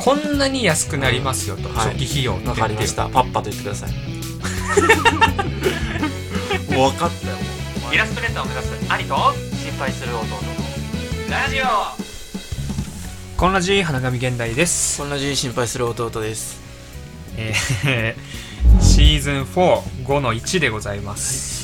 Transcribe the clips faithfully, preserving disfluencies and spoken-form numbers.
こんなに安くなりますよと、 はい、 初期費用ってわかりました。パッパと言ってください。もう分かったよ。 イラストレーターを目指す兄と心配する弟のラジオ。こんなじ花神現代です。 こんなじ心配する弟です。 えー、シーズンよん ごのいちでございます。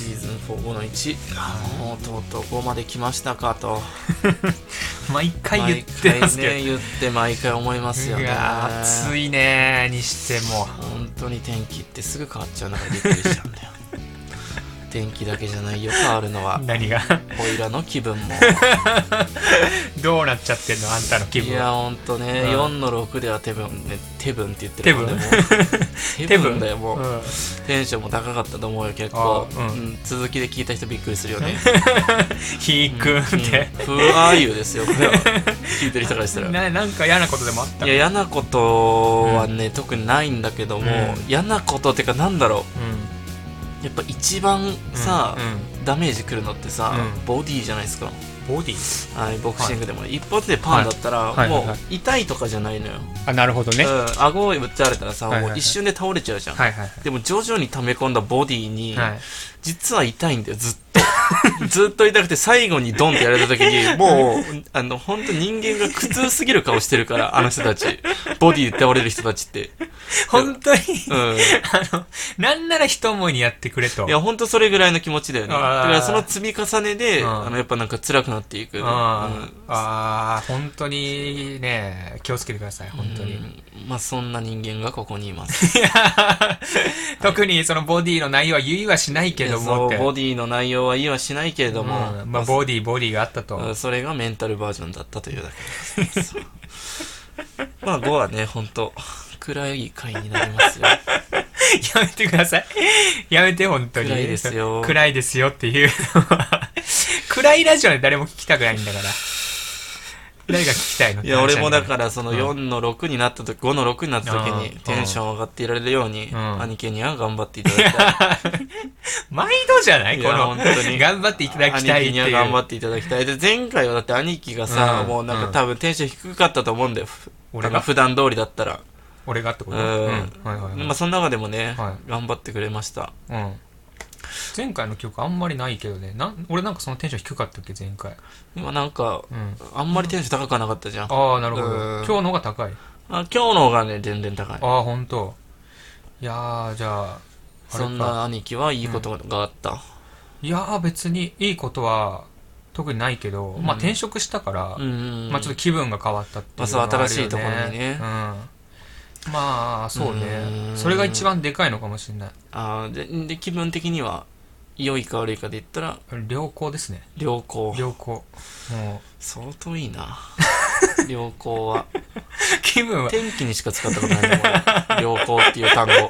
はい、シーズンよん ごのいち、もうとうとうごまで来ましたかと毎回言ってますけど、 毎回ね、言って毎回思いますよね。 うわ暑いねにしても本当に天気ってすぐ変わっちゃうのがびっくりしちゃうんだよ天気だけじゃないよ、変わるのは。 何がおいらの気分もどうなっちゃってんのあんたの気分。 いやほんとね、うん、よんのろくでは手分ね、手分って言ってるもんね。手分だよもう、うん、テンションも高かったと思うよ結構、うんうん、続きで聞いた人びっくりするよねひーくんって、 うんうん、ふあーゆうですよこれは聞いてる人からしたらな, なんか嫌なことでもあった？ いや嫌なことはね、うん、特にないんだけども、うん、嫌なことってかなんだろう、うんやっぱ一番さ、うんうん、ダメージくるのってさ、うん、ボディじゃないですか。 ボディ？ はい、ボクシングでも、はい、一発でパンだったら、はい、もう痛いとかじゃないのよ。 あ、なるほどね。 うん、顎を打ってられたらさ、はいはいはい、もう一瞬で倒れちゃうじゃん、はいはいはい、でも徐々に溜め込んだボディに、はい、実は痛いんだよずっとずっと痛くて最後にドンってやられた時にもうあの本当人間が苦痛すぎる顔してるからあの人たちボディで倒れる人たちって本当に、 うん、 あのなんなら一思いにやってくれと。 いや本当それぐらいの気持ちだよね。だからその積み重ねで、うん、あのやっぱなんか辛くなっていく。 あ、うん、あ本当にね気をつけてください本当に、うん、 まあそんな人間がここにいます特にそのボディの内容は言いはしないけどもって。 ボディの内容は言いはしないけれども、 うん、まあボディボディがあったと。 それがメンタルバージョンだったというだけですまあごはね本当暗い回になりますよやめてくださいやめて本当に。 暗いですよ暗いですよっていうのは暗いラジオで誰も聞きたくないんだから誰が聞きたいの。 いや俺もだからそのよんのろくになった時、うん、ごのろくになった時にテンション上がっていられるように、うん、兄貴には頑張っていただきたい毎度じゃないこの本当に頑張っていただきたいっていう。 兄貴には頑張っていただきたいで、前回はだって兄貴がさ、うん、もうなんか多分テンション低かったと思うんだよ、うん、俺が普段通りだったら俺がってこと？ うん、はいはいはい、まあその中でもね、はい、頑張ってくれました。 うん。前回の記憶あんまりないけどね。な俺なんかそのテンション低かったっけ前回。 今なんか、うん、あんまりテンション高くはなかったじゃん。 ああなるほど。今日の方が高い。 あ今日の方がね全然高い。 ああ本当。いやーじゃあそんな兄貴はいいことがあった？ うん、いやー別にいいことは特にないけど、うん、まあ転職したから、うんうんうん、まあちょっと気分が変わったっていうのはあるよね。まあ、新しいところにね。うんまあそうね。それが一番でかいのかもしれない。 あでで気分的には良いか悪いかで言ったら良好ですね。 良好。 良好。もう相当いいな。良好は気分は天気にしか使ったことないんだ良好っていう単語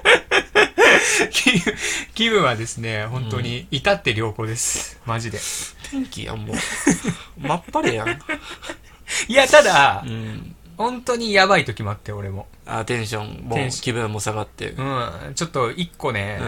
気分はですね本当に至って良好です、うん、マジで。 天気やんもう真っ晴れやんいやただ、うん本当にやばい時もあって俺もあテンションも気分も下がってうんちょっと一個ね、うん、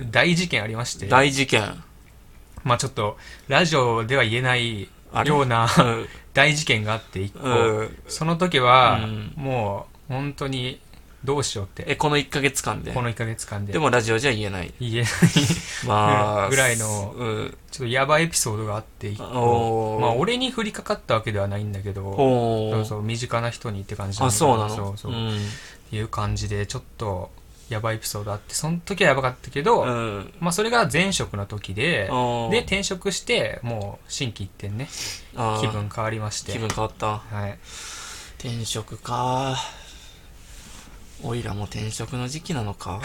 大事件ありまして大事件まあちょっとラジオでは言えないような大事件があって一個、うん、その時は、うん、もう本当にどうしようってえこのいっかげつかんでこのいっかげつかんででもラジオじゃ言えない言えないまあぐらいの、うん、ちょっとやばいエピソードがあって一個まあ俺に降りかかったわけではないんだけどそうそう身近な人にって感じなんだけどあそうなのそうそう、うん、っていう感じでちょっとやばいエピソードあってその時はやばかったけど、うん、まあそれが前職の時でで転職してもう心機一転ね気分変わりまして気分変わったはい転職かおいらも転職の時期なのか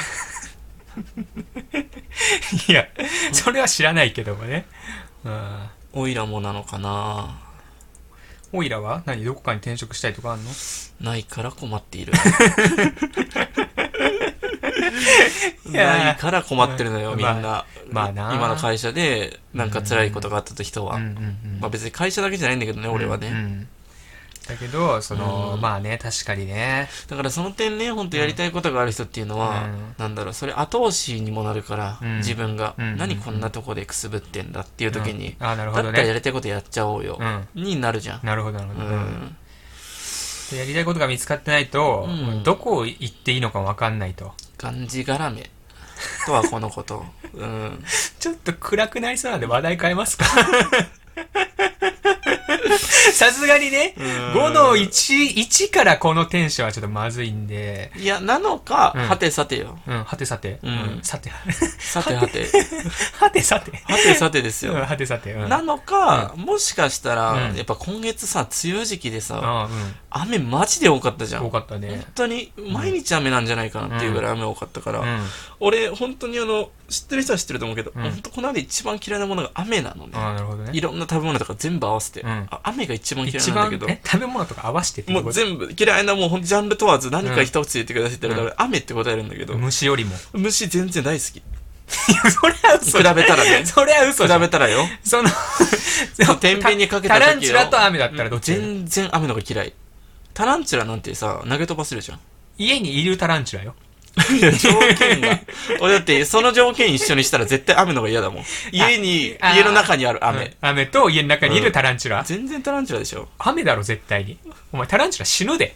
いやそれは知らないけどもね、うん、 おいらもなのかな。 おいらは何どこかに転職したいとかあんの？ ないから困っているないから困ってるのよみんな、まあ、まあな今の会社でなんか辛いことがあった人は、うんうんうん、まあ別に会社だけじゃないんだけどね俺はね、うんうんだけどその、うん、まあね確かにねだからその点ね本当やりたいことがある人っていうのは、うん、なんだろうそれ後押しにもなるから、うん、自分が、うん、何こんなとこでくすぶってんだっていう時に、うんあなるほどね、だったらやりたいことやっちゃおうよ、うん、になるじゃん。 なるほどなるほど、うん、 やりたいことが見つかってないと、うん、どこを行っていいのか分かんないと。 がんじがらめとはこのこと、うん、 ちょっと暗くなりそうなんで話題変えますかさすがにね、ごのいち、いちからこのテンションはちょっとまずいんで。 いや、なのか、うん、はてさてよ。 うん、はてさて。うん、さて。 さてはて。 はてさて。 はてさてですよ。 うん、はてさて。うん、 なのか、うん、もしかしたら、うん、やっぱ今月さ、梅雨時期でさ、うん、雨マジで多かったじゃん。 多かったね。 本当に、毎日雨なんじゃないかなっていうぐらい雨多かったから、うん、俺、本当にあの、知ってる人は知ってると思うけど、うん、本当この間一番嫌いなものが雨なのね。 あ、なるほどね。 いろんな食べ物とか全部合わせて。うん、雨が一番嫌いなんだけど。 え、食べ物とか合わせてってもう全部嫌いな、もうほんとジャンル問わず何か一つ言ってくださいって言ったら、うん、雨って答えるんだけど。 虫よりも。 虫全然大好き。 それは嘘。 比べたらね。 それは嘘。 比べたらよ。 その、 天秤にかけた時よ。 タランチュラと雨だったらどっち？ 全然雨の方が嫌い。タランチュラなんてさ、投げ飛ばせるじゃん。 家にいるタランチュラよ。 いや、条件が。俺だって、その条件一緒にしたら絶対雨の方が嫌だもん。家に、家の中にある雨。うん、 雨と家の中にいるタランチュラ、うん、 全然タランチュラでしょ。 雨だろ、絶対に。お前タランチュラ死ぬで。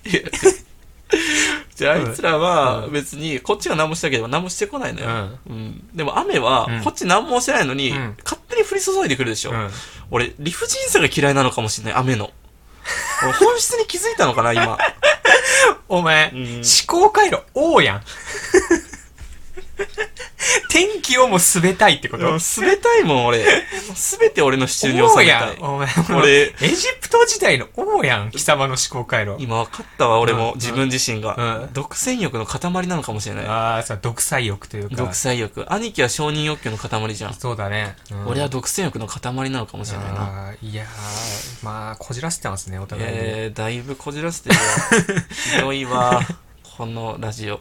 じゃあ、あいつらは別に、こっちが何もしたければ何もしてこないのよ。うん。うん、でも雨は、こっち何もしてないのに、うん、勝手に降り注いでくるでしょ。うん、俺、理不尽さが嫌いなのかもしれない、雨の。俺本質に気づいたのかな、今。 お前、うん、思考回路、王やん。天気をも滑たいってこと？ 滑たいもん、俺。すべて俺の手中に収めたい。 お前、俺、エジプト時代の王やん、貴様の思考回路。 今分かったわ、俺も、うん、自分自身が、うん。独占欲の塊なのかもしれない。 ああ、さ、独裁欲というか。 独裁欲。兄貴は承認欲求の塊じゃん。 そうだね。 うん、俺は独占欲の塊なのかもしれないな。 あいやー、まあ、こじらせてますね、お互いに。 えー、だいぶこじらせてるわ。ひどいわ、このラジオ。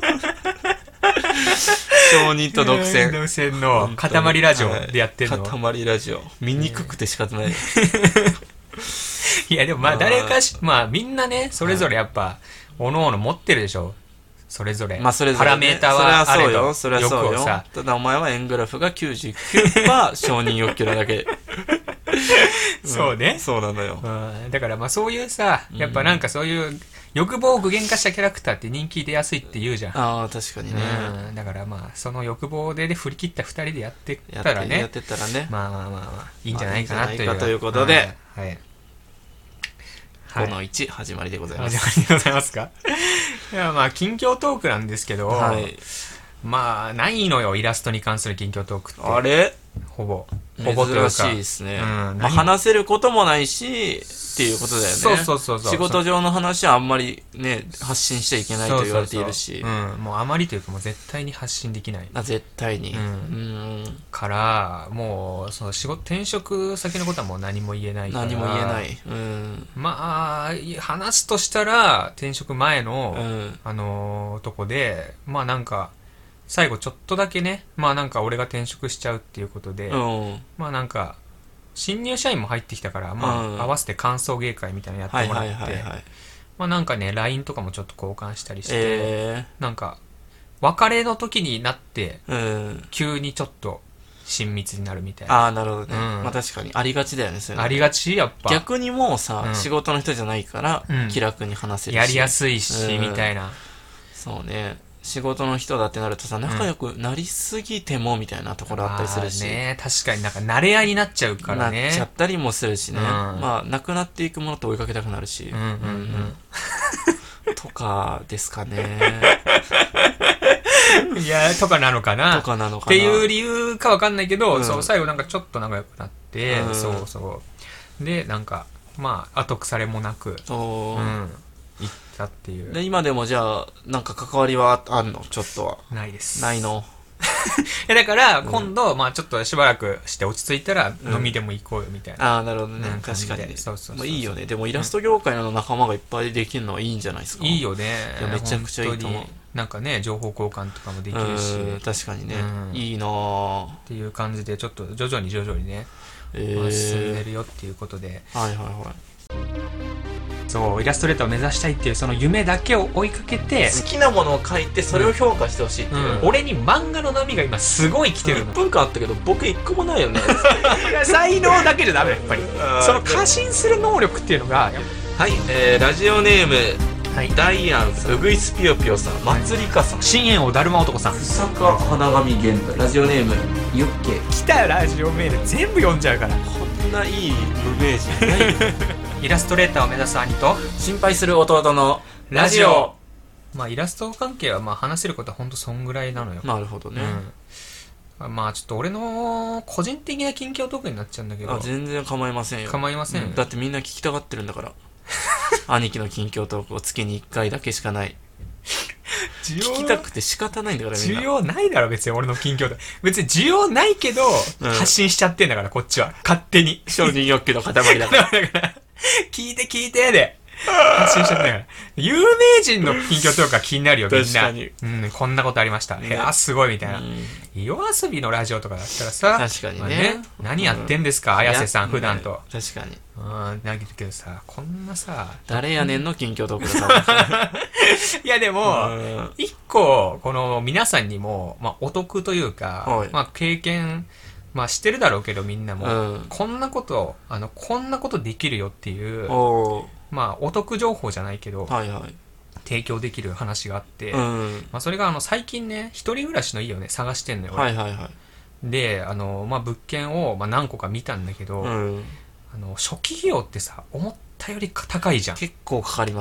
承認と独占。 独占の塊ラジオでやってるの。 塊ラジオ。見にくくて仕方ない。 いや、でもまあ誰かし、まあみんなね、それぞれやっぱ、おのおの持ってるでしょ。それぞれ。 まあそれぞれ、ね。 パラメーターはあれど。 それはそうよ。それはそうよ。ただお前は円グラフが きゅうじゅうきゅうパーセント 承認欲求なだけ。 そうね、 うん。そうなのよ。 うん。だからまあそういうさ、やっぱなんかそういう欲望を具現化したキャラクターって人気出やすいって言うじゃん。 ああ、確かにね。 うん。だからまあその欲望で振り切った二人でやってったらね。 やってったらね。 まあまあまあまあ、いいんじゃないかなという。 いいんじゃないかということで。 はい。 ごのいち、始まりでございます。 始まりでございますか。いやまあ近況トークなんですけど、はい、まあないのよ、イラストに関する近況トークって。 あれほぼほぼというか珍しいですね、うん、まあ、話せることもないしっていうことだよね。 そうそうそうそう。 仕事上の話はあんまりね発信しちゃいけないと言われているし、 そうそうそう、うん、もうあまりというかもう絶対に発信できない。 あ、絶対に、うん、 うんからもうその仕事転職先のことはもう何も言えないから。 何も言えない、うん、 まあ話すとしたら転職前の、うん、あのー、とこでまあなんか最後ちょっとだけね、まあなんか俺が転職しちゃうっていうことで、うん、まあなんか新入社員も入ってきたから、まあ、うん、合わせて歓送迎会みたいなのやってもらって、はいはいはいはい、まあなんかね ライン とかもちょっと交換したりして、えー、なんか別れの時になって、うん、急にちょっと親密になるみたいな。 ああ、なるほどね、うん、まあ確かにありがちだよね、そういうの。 ありがち、やっぱ逆にもうさ、うん、仕事の人じゃないから、うん、気楽に話せるしやりやすいし、うん、みたいな。 そうね、仕事の人だってなるとさ、仲良くなりすぎてもみたいなところあったりするし、 うん、ね、確かになんか慣れ合いになっちゃうからね。 なっちゃったりもするしね、うん、まあなくなっていくものって追いかけたくなるし、うんうんうんうん、とかですかね。 いやとかなのかなとかなのかなっていう理由かわかんないけど、うん、そう最後なんかちょっと仲良くなって、うん、そうそうでなんかまあ後腐れもなく、うん、行ったっていう。 で今でもじゃあなんか関わりはあんの？ちょっとはないです。 ないの。 いやだから今度、うん、まあちょっとしばらくして落ち着いたら飲みでも行こうよみたいな、 うん、ああなるほどね、確かに。そうそうそうそう、いいよね。でもイラスト業界の仲間がいっぱいできるのはいいんじゃないですか。 いいよね。 いやめちゃくちゃいいと思う。 なんかね情報交換とかもできるし、 確かにね、うん、いいなぁっていう感じでちょっと徐々に徐々にね、えーまあ、進んでるよっていうことで、 はいはいはい。 そうイラストレーターを目指したいっていうその夢だけを追いかけて好きなものを書いてそれを評価してほしいっていう、 うん、俺に漫画の波が今すごい来てるの。 いっぷんかんあったけど僕いっこもないよね。 才能だけじゃダメやっぱり。その過信する能力っていうのがはい、えー、ラジオネーム、はい、ダイアンさん、うぐいすぴよぴよさん、まつりかさん、 深淵おだるま男さん、 草加花神玄太、ラジオネームユッケ。 来たよラジオメール全部読んじゃうから。 こんないい無名人ないよイラストレーターを目指す兄と心配する弟のラジオ。 まあイラスト関係はまあ話せることはほんとそんぐらいなのよ。 なるほどね、 うん、まあちょっと俺の個人的な近況トークになっちゃうんだけど。 あ、全然構いませんよ。 構いません、 うん、だってみんな聞きたがってるんだから兄貴の近況トークを月にいっかいだけしかない聞きたくて仕方ないんだから。みんな需要ないだろ別に俺の近況トーク。別に需要ないけど、うん、発信しちゃってんだからこっちは勝手に。 承認欲求の塊だからだから聞いて聞いてで発信しちゃったから。有名人の近況とか気になるよみんな。 確かに、 うん、こんなことありました、ね、いやすごいみたいな、うん、夜遊びのラジオとかだったらさ、 確かに ね,、まあ、 ね何やってんですか、うん、綾瀬さん普段と、 確かにうんだけどさ、こんなさ誰やねんの近況トークだいやでも一個この皆さんにも、まあ、お得というか、はい、まあ、経験まあしてるだろうけどみんなも、うん、こんなことあのこんなことできるよっていうまあお得情報じゃないけど、はいはい、提供できる話があって、うん、まあ、それがあの最近ね一人暮らしの家をね探してんのよ、 はいはいはい、 であの、まあ、物件を、まあ、何個か見たんだけど、うん、あの初期費用ってさ思ったより高いじゃん。 結構かかります。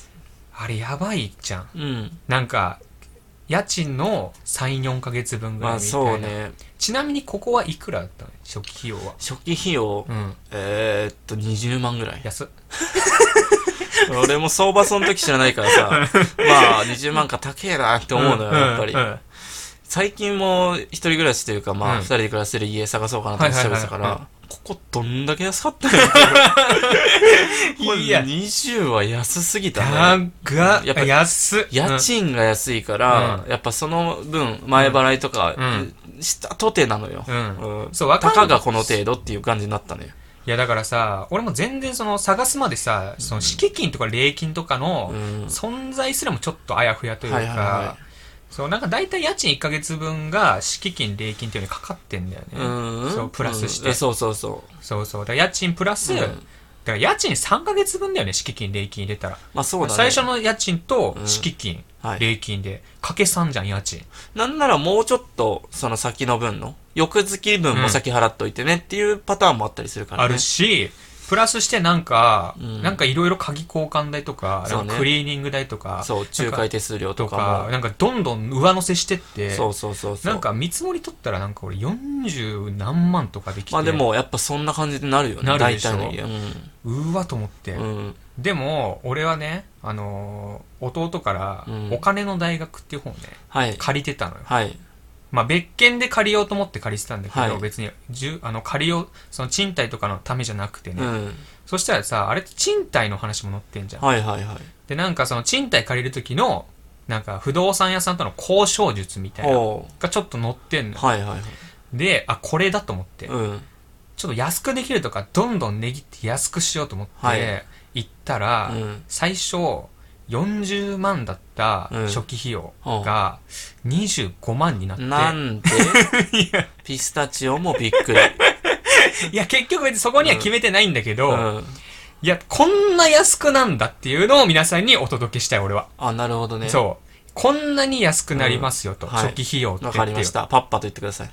あれやばいじゃん、 うん、 なんか家賃の さん,よん ヶ月分ぐらいみたいな、まあそうね、ちなみにここはいくらだったの初期費用は。 初期費用、うん、えー、っとにじゅうまんぐらい。 安っ俺も相場その時知らないからさまあにじゅうまんか高えなって思うのよ、うん、やっぱり、うんうん、最近も一人暮らしというかまあ、うん、ふたりで暮らせる家探そうかなと思ってたから、はいはいはいはい、ここどんだけ安かったのいやにじゅうは安すぎたね。 がやっぱ安っ、 家賃が安いから、うん、やっぱその分前払いとか、うん、したとてなのよ、うんうん、そうたかがこの程度っていう感じになったね。 いやだからさ、俺も全然その探すまでさ、その敷金とか礼金とかの存在すらもちょっとあやふやというか、はいはいはい、そうなんか大体家賃いっかげつぶんが敷金礼金っていうのにかかってんだよね。 うんそうプラスして、 うん、そうそうそうそうそうだから家賃プラス、うん、だから家賃さんかげつぶんだよね、敷金礼金入れたら。 まあそうだね。 最初の家賃と敷金、うんはい、礼金でかけさんじゃん家賃。 なんならもうちょっとその先の分の翌月分も先払っといてねっていうパターンもあったりするからね。 あるし、プラスしてなんか、うん、なんかいろいろ鍵交換代とか、ね、なんかクリーニング代とか、 そう仲介手数料とかもなんかどんどん上乗せしてって、 そうそうそうそう、 なんか見積もり取ったらなんか俺よんじゅうなんまんとかできて、 まあでもやっぱそんな感じでなるよね。 なるでしょ。 大体の家、 うん、うわと思って、うん、でも俺はね、あのー、弟からお金の大学っていう本をね、うん、借りてたのよ。 はい。 まあ、別件で借りようと思って借りてたんだけど、はい、別にじゅあの借りようその賃貸とかのためじゃなくてね、うん、そしたらさあれって賃貸の話も載ってんじゃん。 はいはいはい。 でなんかその賃貸借りる時のなんか不動産屋さんとの交渉術みたいなのがちょっと載ってんの。 はいはいはい。 であこれだと思って、 うん、 ちょっと安くできるとかどんどん値切って安くしようと思って、はい、行ったら、うん、最初よんじゅうまんだった初期費用がにじゅうごまんになって、うん、 なんでピスタチオもびっくりいや結局別にそこには決めてないんだけど、うんうん、いやこんな安くなんだっていうのを皆さんにお届けしたい俺は。 あ、なるほどね。 そうこんなに安くなりますよと、うん、初期費用って。 わかりました。パッパと言ってください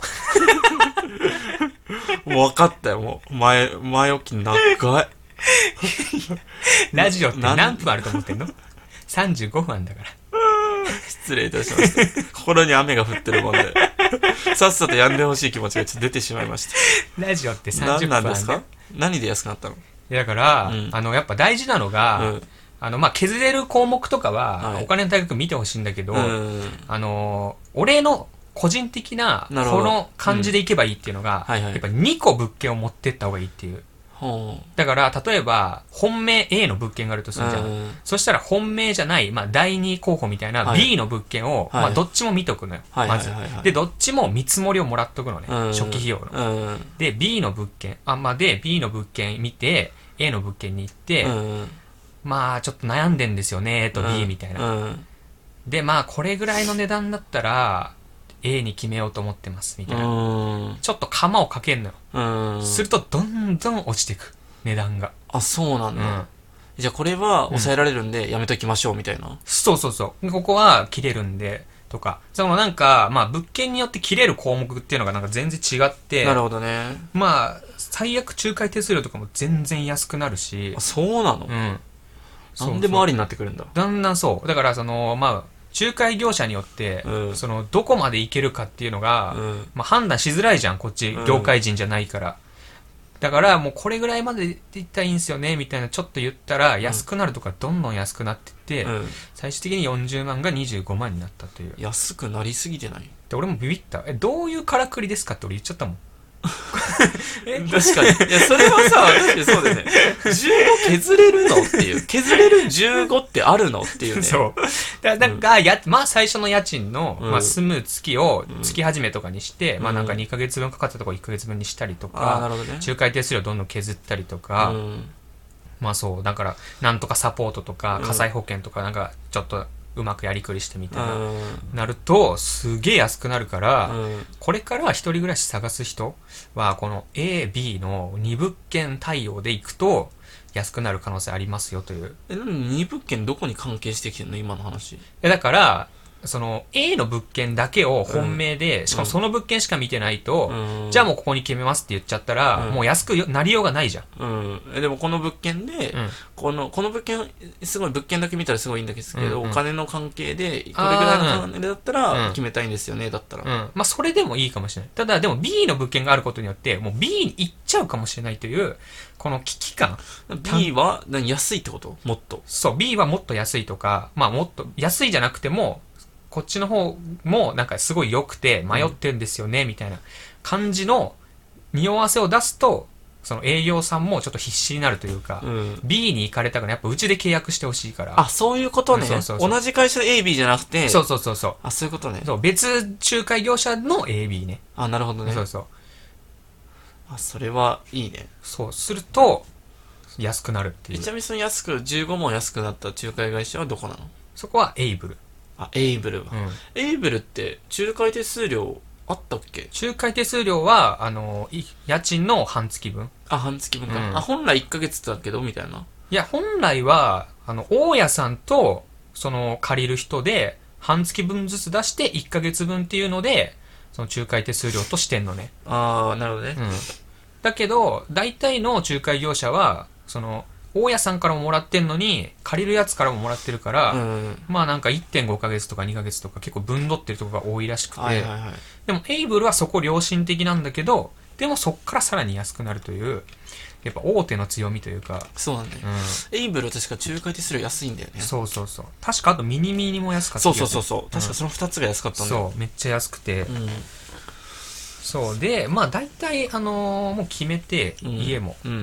もう分かったよ。もう前前置き長いラジオって何分あると思ってんの？さんじゅうごふんあんだから失礼いたしました心に雨が降ってるもんでさっさとやんでほしい気持ちがちょっと出てしまいました。 ラジオってさんじゅっぷんあんなんですか？何で安くなったの？いやだから、うん、あのやっぱ大事なのが、うん、あのまあ削れる項目とかは、はい、お金の大学見てほしいんだけど、うん、あの俺の個人的なこの感じでいけばいいっていうのが、うんはいはい、やっぱにこ物件を持ってった方がいいっていう。だから例えば本命 A の物件があるとするじゃん、うん、そしたら本命じゃない、まあ、だいに候補みたいな B の物件を、はいまあ、どっちも見とくのよ、はい、まず、はいはいはいはい、でどっちも見積もりをもらっとくのね、うん、初期費用の、うん、で B の物件あ、まあ、で B の物件見て A の物件に行って、うん、まあちょっと悩んでんですよねと B みたいな、うん、でまあこれぐらいの値段だったらA に決めようと思ってますみたいな、うん、ちょっと釜をかけんのよ、うん、するとどんどん落ちていく値段が。 あ、そうなんだ、うん、 じゃあこれは抑えられるんでやめときましょうみたいな、うん、 そうそうそう。ここは切れるんで、とか。そのなんか、まあ物件によって切れる項目っていうのがなんか全然違って。 なるほどね。 まあ、最悪仲介手数料とかも全然安くなるし。 あ、そうなの？うん。なんでもありになってくるんだ。 だんだんそう。だからその、まあ、仲介業者によって、うん、その、どこまでいけるかっていうのが、うん、まあ判断しづらいじゃん、こっち、業界人じゃないから。うん、だから、もうこれぐらいまでいったらいいんすよね、みたいなちょっと言ったら、安くなるとかどんどん安くなってって、うん、最終的によんじゅうまんがにじゅうごまんになったという。 安くなりすぎてない？ で、俺もビビった。え、どういうからくりですかって俺言っちゃったもん。 え確かに。いや、それはさ、確かにそうだよね。じゅうご削れるのっていう。削れるじゅうごってあるのっていうね。 そう。だなんか、や、まあ最初の家賃の、うん、まあ住む月を月始めとかにして、うん、まあなんかにかげつぶんかかったところいっかげつぶんにしたりとか、 あ、なるほどね、 仲介手数料どんどん削ったりとか、うん、まあそう、だから、なんとかサポートとか、火災保険とかなんか、ちょっと、うまくやりくりしてみたいな、うん、なるとすげえ安くなるから、うん、これから一人暮らし探す人はこの A、B のに物件対応でいくと安くなる可能性ありますよという。 え、なにに物件どこに関係してきてんの今の話？ え、だからその A の物件だけを本命で、うん、しかもその物件しか見てないと、うん、じゃあもうここに決めますって言っちゃったら、うん、もう安くなりようがないじゃん。 うん。でもこの物件で、うん、この、この物件、すごい物件だけ見たらすごいいいんだけど、うんうん、お金の関係で、これぐらいの金だったら決めたいんですよね、だったら。 うん。まあそれでもいいかもしれない。ただでも B の物件があることによって、もう B に行っちゃうかもしれないという、この危機感。 B は何安いってこと？もっと。 そう、B はもっと安いとか、まあもっと安いじゃなくても、こっちの方もなんかすごい良くて迷ってんですよね、うん、みたいな感じの匂わせを出すと、その営業さんもちょっと必死になるというか、うん、B に行かれたからやっぱうちで契約してほしいから。 あ、そういうことね。そうそうそう、同じ会社で エービー じゃなくて。 そうそうそうそう。 あ、そういうことね。 そう、別仲介業者の エービー ね。 あ、なるほどね。 そうそう。 あ、それはいいね。 そうすると安くなるっていう。 ちなみにその安くじゅうごまん安くなった仲介会社はどこなの？ そこはエイブル。 あ、エイブルは、うん、エイブルって仲介手数料あったっけ？ 仲介手数料はあの家賃の半月分。 あ、半月分か、うん、あ、本来いっかげつだけどみたいな。 いや、本来はあの大家さんとその借りる人で半月分ずつ出していっかげつぶんっていうのでその仲介手数料としてんのね。 ああ、なるほどね、 うん、だけど大体の仲介業者はその大家さんからももらってんのに借りるやつからももらってるから、うん、まあなんか いってんごかげつとかにかげつとか結構分取ってるところが多いらしくて、はいはいはい、でもエイブルはそこ良心的なんだけど、でもそっからさらに安くなるというやっぱ大手の強みというか。 そうなんだね、うん、エイブルは確か仲介手数料安いんだよね。 そうそうそう、確かあとミニミニも安かった。 そうそうそうそう、うん、確かそのふたつが安かったんだよ。 そう、めっちゃ安くて、うん、そうでまあ大体あのー、もう決めて、うん、家もうん、うん、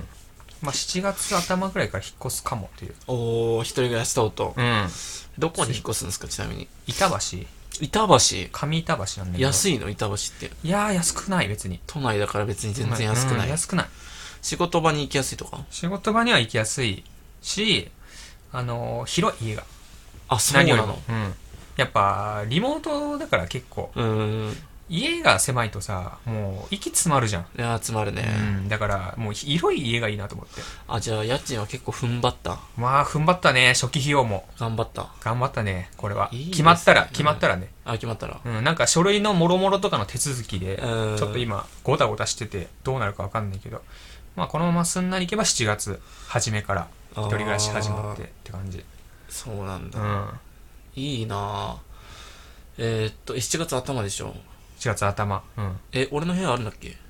まあ、しちがつ頭ぐらいから引っ越すかもという。 おお、一人暮らしとうとう。うん。どこに引っ越すんですか、ちなみに。 板橋。 板橋。 上板橋なんだけど。 安いの板橋って。 いやー、安くない、別に。 都内だから別に全然安くない。 うん、安くない。 仕事場に行きやすいとか？仕事場には行きやすいし、あのー、広い家が。 あ、そうなの？ うん。やっぱ、リモートだから結構。うん。家が狭いとさ、もう息詰まるじゃん。 いや、詰まるね。 うん。だから、もう広い家がいいなと思って。 あ、じゃあ家賃は結構踏ん張った？ まあ、踏ん張ったね。初期費用も。 頑張った。 頑張ったね、これは。いい決まったら、決まったらね。 あ、決まったら。 うん、なんか書類のもろもろとかの手続きで、ちょっと今、ごたごたしてて、どうなるかわかんないけど、まあ、このまますんなりいけばしちがつ初めから一人暮らし始まってって感じ。 そうなんだ。うん。いいなぁ。えー、っと、しちがつ頭でしょ？ しちがつ頭。うん。 え、俺の部屋あるんだっけ？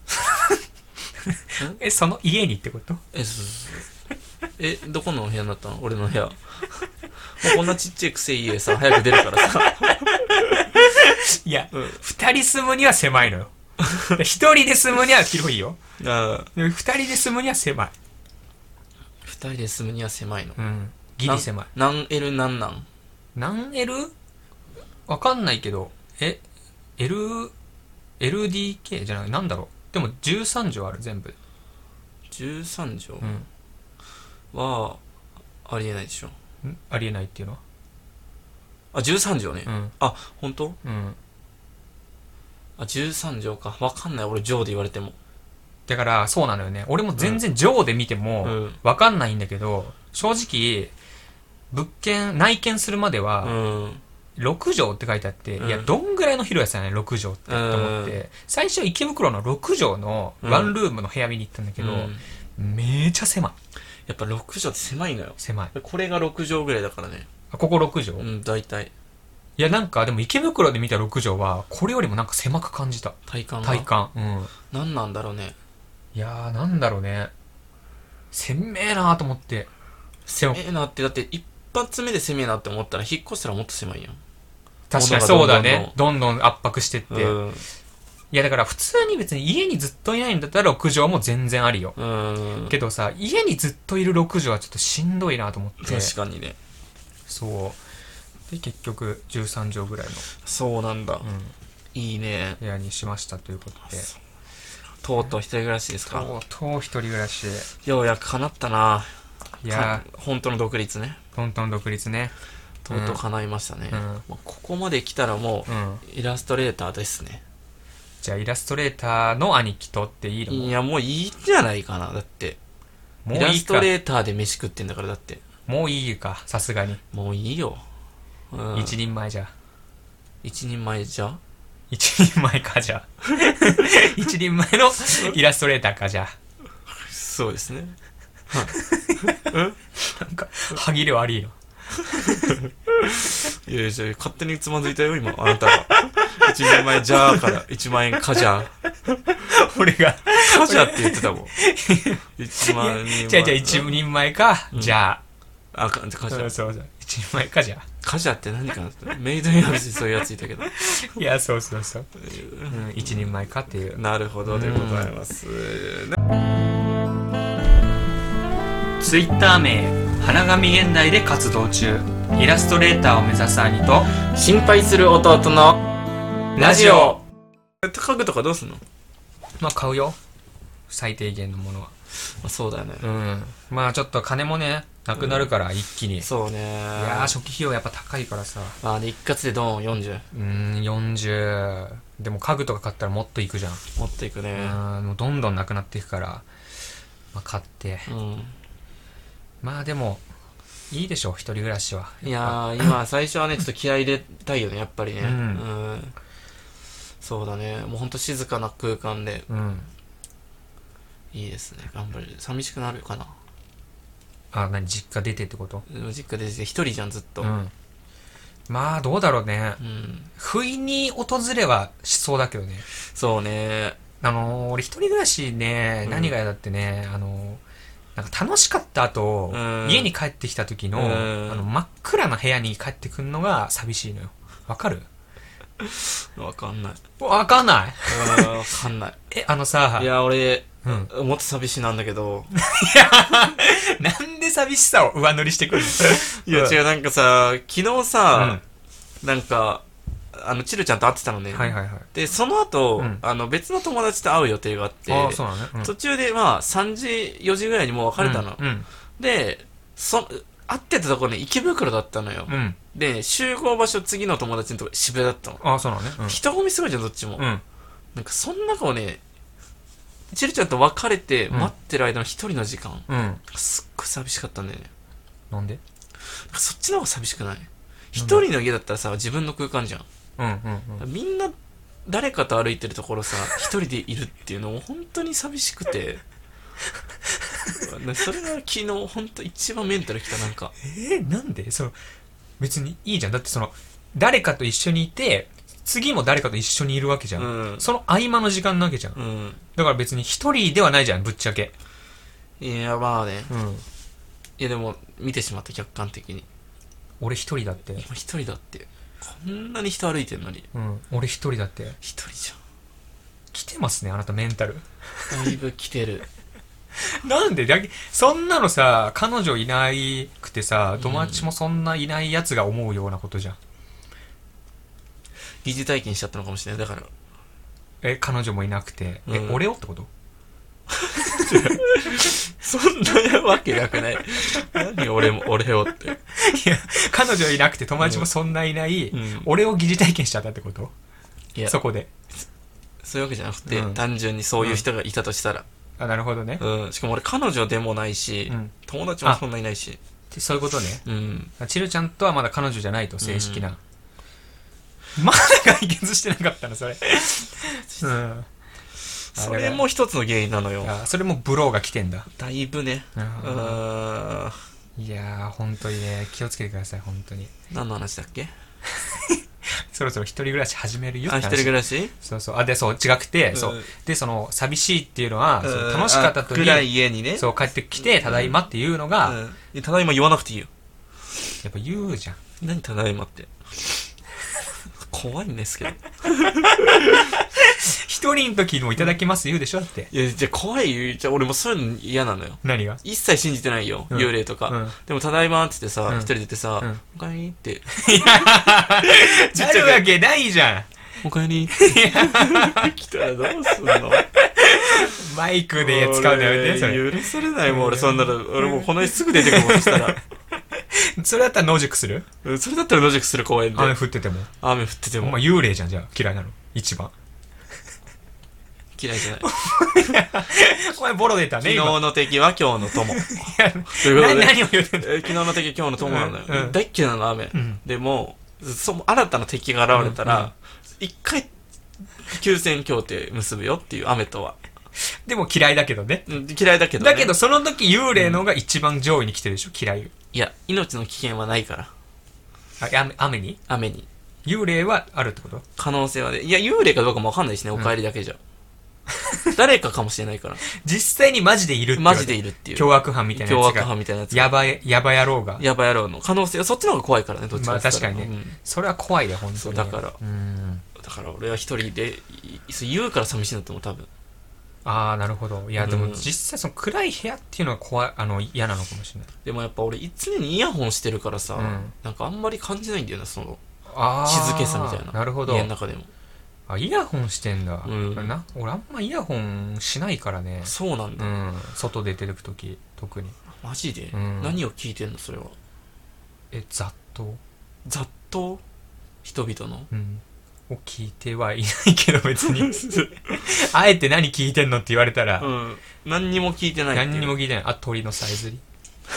え、その家にってこと？ え、そうそうそう。え、どこの部屋になったの？俺の部屋。もうこんなちっちゃいくせいい家さ、早く出るからさ。 いや、うん、二人住むには狭いのよ。一人で住むには広いよ。ああ。二人で住むには狭い。 二人で住むには狭いの。 うん。ギリ狭い。 何 L 何なん何 L？ わかんないけど、え、L、エルディーケー じゃない、なんだろう。でもじゅうさんじょうある、全部。 じゅうさんじょう、うん、は、ありえないでしょ。 んありえないっていうのはあ、じゅうさんじょうね。うん、あ、本当？うん。あ、じゅうさんじょうか。わかんない。俺、ジョーで言われても。 だからそうなのよね。俺も全然上で見ても分かんないんだけど、うん、正直物件内見するまでは、うんろく畳って書いてあって、うん、いやどんぐらいの広さやねんろく畳ってと思って、うん、最初池袋のろく畳のワンルームの部屋見に行ったんだけど、うん、めちゃ狭い。 やっぱろく畳って狭いのよ。 狭い。 これがろく畳ぐらいだからね。 あ、こころく畳？ うん、大体。 いやなんかでも池袋で見たろく畳はこれよりもなんか狭く感じた。 体感が体感。うん。 何なんだろうね。 いやーなんだろうね。鮮明なーと思って。 鮮明なって、だって一発目で鮮明なって思ったら引っ越したらもっと狭いやん。 確かにそうだね。どんどん圧迫してって。うん、いやだから普通に別に家にずっといないんだったらろく畳も全然ありよ。うん、けどさ、家にずっといるろく畳はちょっとしんどいなと思って。 確かにね。 そう。で、結局じゅうさん畳ぐらいの。 そうなんだ。うん、いいね。 部屋にしましたということで。 とうとう一人暮らしですか？ とうとう一人暮らし。 ようやく叶ったな。 いや本当の独立ね。 本当の独立ね。 とうとう叶いましたね、うん、ここまで来たらもうイラストレーターですね、 うん、じゃあイラストレーターの兄貴とっていいの？ いやもういいんじゃないかな。だってもういいか。イラストレーターで飯食ってんだから。だってもういいか。さすがにもういいよ、 うん、一人前じゃ一人前じゃ一人前かじゃ一人前のイラストレーターかじゃそうですねなんか歯切れ悪いのいやいや、勝手につまずいたよ今あなたが。一人前じゃーからいちまん円かじゃー。 俺がかじゃって言ってたもん。いちまん人前。 じゃあじゃあ一人前か、うん、じゃあ。あかかじゃ。 そうそうそう。一人前かじゃ。 かじゃって何かなって。メイドインアビスにそういうやついたけど。 いやそうそうそう。うん、一人前かっていう。 なるほどでございます。 ツイッター名花紙現代で活動中、イラストレーターを目指す兄と心配する弟のラジオ。家具とかどうすんの？ まあ買うよ、最低限のものは。 まあ、そうだよね。 うん。まあちょっと金もねなくなるから一気に、うん、 そうね。いやー初期費用やっぱ高いからさ。 まあね、一括でドーンよんじゅう。 うーんよんじゅうでも家具とか買ったらもっといくじゃん。 もっといくね。 うんもうどんどんなくなっていくから、まあ、買って、うん、まあでもいいでしょ一人暮らしは。 いやー今最初はねちょっと気合い入れたいよねやっぱりね、うんうん、そうだね。もうほんと静かな空間で、うん、いいですね。頑張る。寂しくなるかな。 あ、何実家出てってこと？ 実家出て一人じゃんずっと、うん、 まあどうだろうね、うん、不意に訪れはしそうだけどね。 そうね。 あのー、俺一人暮らしね、うん、何が嫌だってね、あのーなんか楽しかった後、うん、家に帰ってきた時の、うん、あの真っ暗な部屋に帰ってくるのが寂しいのよ。わかる？ わかんない。 わかんない？ わかんない。 え、あのさ、 いや、俺、うん、もっと寂しいなんだけど。 いや、なんで寂しさを上乗りしてくるの？ いや、違う、なんかさ、昨日さ、うん、なんか、あのチルちゃんと会ってたのね。 はいはいはい。 でその後、うん、あの別の友達と会う予定があって、 あそうなのね、うん、 途中でまあさんじよじぐらいにもう別れたの、うんうん、でそ会ってたところね池袋だったのよ、うん、で集合場所次の友達のとこ渋谷だったの。 あそうなのね、 うん、人混みすごいじゃんどっちも、うん、なんかそんな子ねチルちゃんと別れて待ってる間の一人の時間、うん、すっごい寂しかったんだよね。 なんで？ そっちの方が寂しくない？一人の家だったらさ自分の空間じゃん。うんうんうん、みんな誰かと歩いてるところさ一人でいるっていうのも本当に寂しくてそれが昨日本当一番メンタルきた。なんかえー、なんでその別にいいじゃん。だってその誰かと一緒にいて次も誰かと一緒にいるわけじゃん、うん、その合間の時間なわけじゃん、うん、だから別に一人ではないじゃんぶっちゃけ。 いやまあね、うん、いやでも見てしまった客観的に。 俺一人だって。 今一人だってこんなに人歩いてんのに、 うん、俺一人だって。 一人じゃん。 来てますねあなたメンタル。 だいぶ来てる。 なんでだそんなのさ彼女いなくてさ友達もそんないないやつが思うようなことじゃん。 疑似体験しちゃったのかもしれない。だからえ彼女もいなくて、うん、え俺をってこと？ そんなわけなくない？何俺も俺をって。いや彼女いなくて友達もそんないない、うん、俺を疑似体験しちゃったってこと？いやそこでそういうわけじゃなくて、うん、単純にそういう人がいたとしたら、 あ、なるほどね。 うん。しかも俺彼女でもないし、うん、友達もそんなにいないし。 そういうことね。 うん。 チルちゃんとはまだ彼女じゃないと、正式な。うん、まだ解決してなかったの、それ。うん。 それも一つの原因なのよ。 あ、それもブローが来てんだ。 だいぶね。うん。 いやー、本当にね、気をつけてください、本当に。 何の話だっけ？ そろそろ一人暮らし始めるよって話。あ、一人暮らし？ そうそう。あ、で、そう、違くて、うん、そう。で、その、寂しいっていうのは、うん、そう楽しかった時に、 暗い家にね。 そう、帰ってきて、ただいまっていうのが、うんうん、ただいま言わなくていいよ。 やっぱ言うじゃん。 何ただいまって。怖いんですけど。 一人の時もいただきます言うでしょだって。 いや、じゃ怖い。じゃ俺もそういうの嫌なのよ。 何が？ 一切信じてないよ。うん、幽霊とか。うん、でも、ただいまって言ってさ、一、うん、人出てさ、うん、おかえりって。いや、なるわけないじゃん。 おかえり。来たらどうすんの？ マイクで使うんだよね、それ。 許されないもん、俺、そんなの。俺もうこの日すぐ出てくるもん、そしたら。 それだったら野宿する？ それだったら野宿する、公園で。 雨降ってても。 雨降ってても。 お前幽霊じゃん、じゃあ。嫌いなの。一番。 嫌いじゃない。 お前ボロ出たね。 昨日の敵は今日の友。 何を言うてんの？ 昨日の敵は今日の友なのよ。うん、大っ嫌いなの、雨。うん、でも、そ新たな敵が現れたら、一、うん、回、休戦協定結ぶよっていう雨とは。 でも嫌いだけどね。 嫌いだけどね。 だけどその時幽霊のが一番上位に来てるでしょ、嫌い。 いや、命の危険はないから。 あ、雨、雨に？ 雨に。 幽霊はあるってこと？ 可能性はね。いや、幽霊かどうかもわかんないしね、お帰りだけじゃ。うん、誰かかもしれないから。 実際にマジでいるってマジでいるっていう。 凶悪犯みたいなやつが。 凶悪犯みたいなやつ。 やばい、やば野郎が。 やば野郎の可能性は、そっちの方が怖いからね、どっちかって言ったら。 まあ確かにね。うん、それは怖いで、本当に。 だから。 うん。 だから俺は一人で、言うから寂しいんだと思う、多分。 ああ、なるほど。いや、でも実際その暗い部屋っていうのは怖い、あの、嫌なのかもしれない。 でもやっぱ俺、常にイヤホンしてるからさ、うん、なんかあんまり感じないんだよな、その、静けさみたいな。 なるほど。 家の中でも。 あ、イヤホンしてんだ。 うん、 な俺あんまイヤホンしないからね。 そうなんだ。 うん。外出てるとき、特に。 マジで、うん、何を聞いてんの、それは。 え、雑踏雑踏人々のうん。を聞いてはいないけど別にあえて何聞いてんのって言われたら、 うん、何にも聞いてないっていう。 何にも聞いてない。あ、鳥のさえずり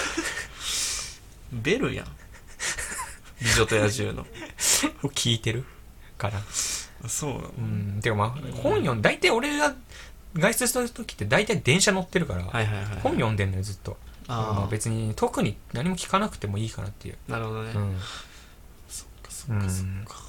ベルやん。美女と野獣のを聞いてるからそうなの。 うん。てかまあ、うん、本読ん大体俺が外出する時って大体電車乗ってるから、 はいはいはいはい、 本読んでんのよずっと。 あ、 まあ、別に特に何も聞かなくてもいいかなっていう。 なるほどね、 うん、 そっかそっかそっか、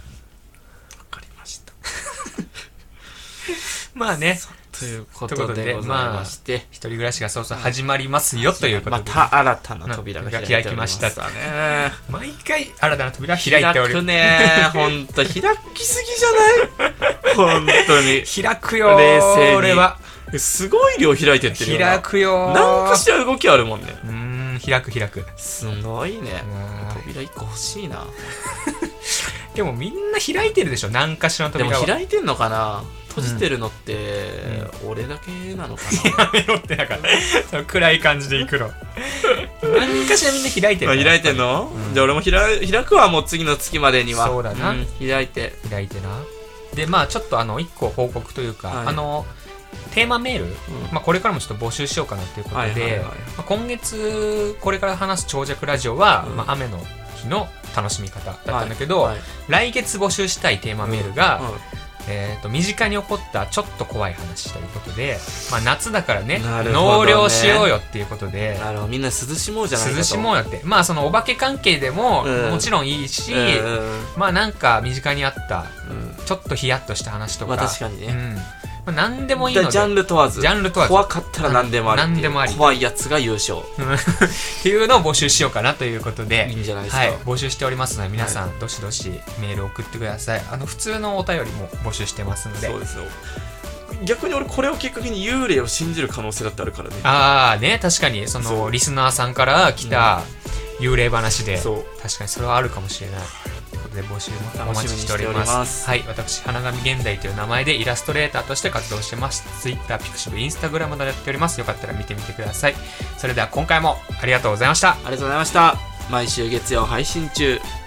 まあね、 ということでございまして、まあ、 一人暮らしがそうそう始まりますよということで、 また新たな扉が開いておりましたね。 毎回新たな扉開いております。 開くねー、ほんと開きすぎじゃないほんとに開くよー、 冷静に。 俺はすごい量開いてってるよな。 開くよー。 なんかしら動きあるもんね。 うーん、開く開く。 すごいね。扉一個欲しいな。 でもみんな開いてるでしょ、何かしらの扉は。 でも開いてんのかな。閉じてるのって、うん、俺だけなのかな。 やめろってだからその暗い感じでいくの何かしらみんな開いてる、 開いてんの、うん、じゃあ俺も開開くわ、もう次の月までには。 そうだな、うん、 開いて開いてな。でまあちょっとあの一個報告というか、はい、あのテーマメール、うん、まあ、これからもちょっと募集しようかなということで、まあ、今月これから話す長尺ラジオは、うん、まあ、雨の日の楽しみ方だったんだけど、はいはい、来月募集したいテーマメールが、うんうん、えー、と身近に起こったちょっと怖い話ということで、まあ、夏だから ね, ね納涼しようよっていうことで、 なるほど、みんな涼しもうじゃないかと。 涼しもうよって、まあそのお化け関係でももちろんいいし、うん、まあなんか身近にあった、うん、ちょっとヒヤッとした話とか、 まあ、確かにね、うん、 まあ、何でもいいので、 ジャンル問わず、 ジャンル問わず怖かったら何でもあり、 何でもあり、 怖いやつが優勝っていうのを募集しようかなということで、 いいんじゃないですか、 はい、募集しておりますので皆さん、はい、どしどしメール送ってください。あの普通のお便りも募集してますので。 そうですよ。逆に俺これをきっかけに幽霊を信じる可能性だってあるからね。 ああね、確かにそのリスナーさんから来た幽霊話で、うん、そう確かにそれはあるかもしれない。で募集もお待ちしております。ます。はい、私花神現代という名前でイラストレーターとして活動してます。Twitter、ピクシブ、インスタグラムなどやっております。よかったら見てみてください。それでは今回もありがとうございました。ありがとうございました。毎週月曜配信中。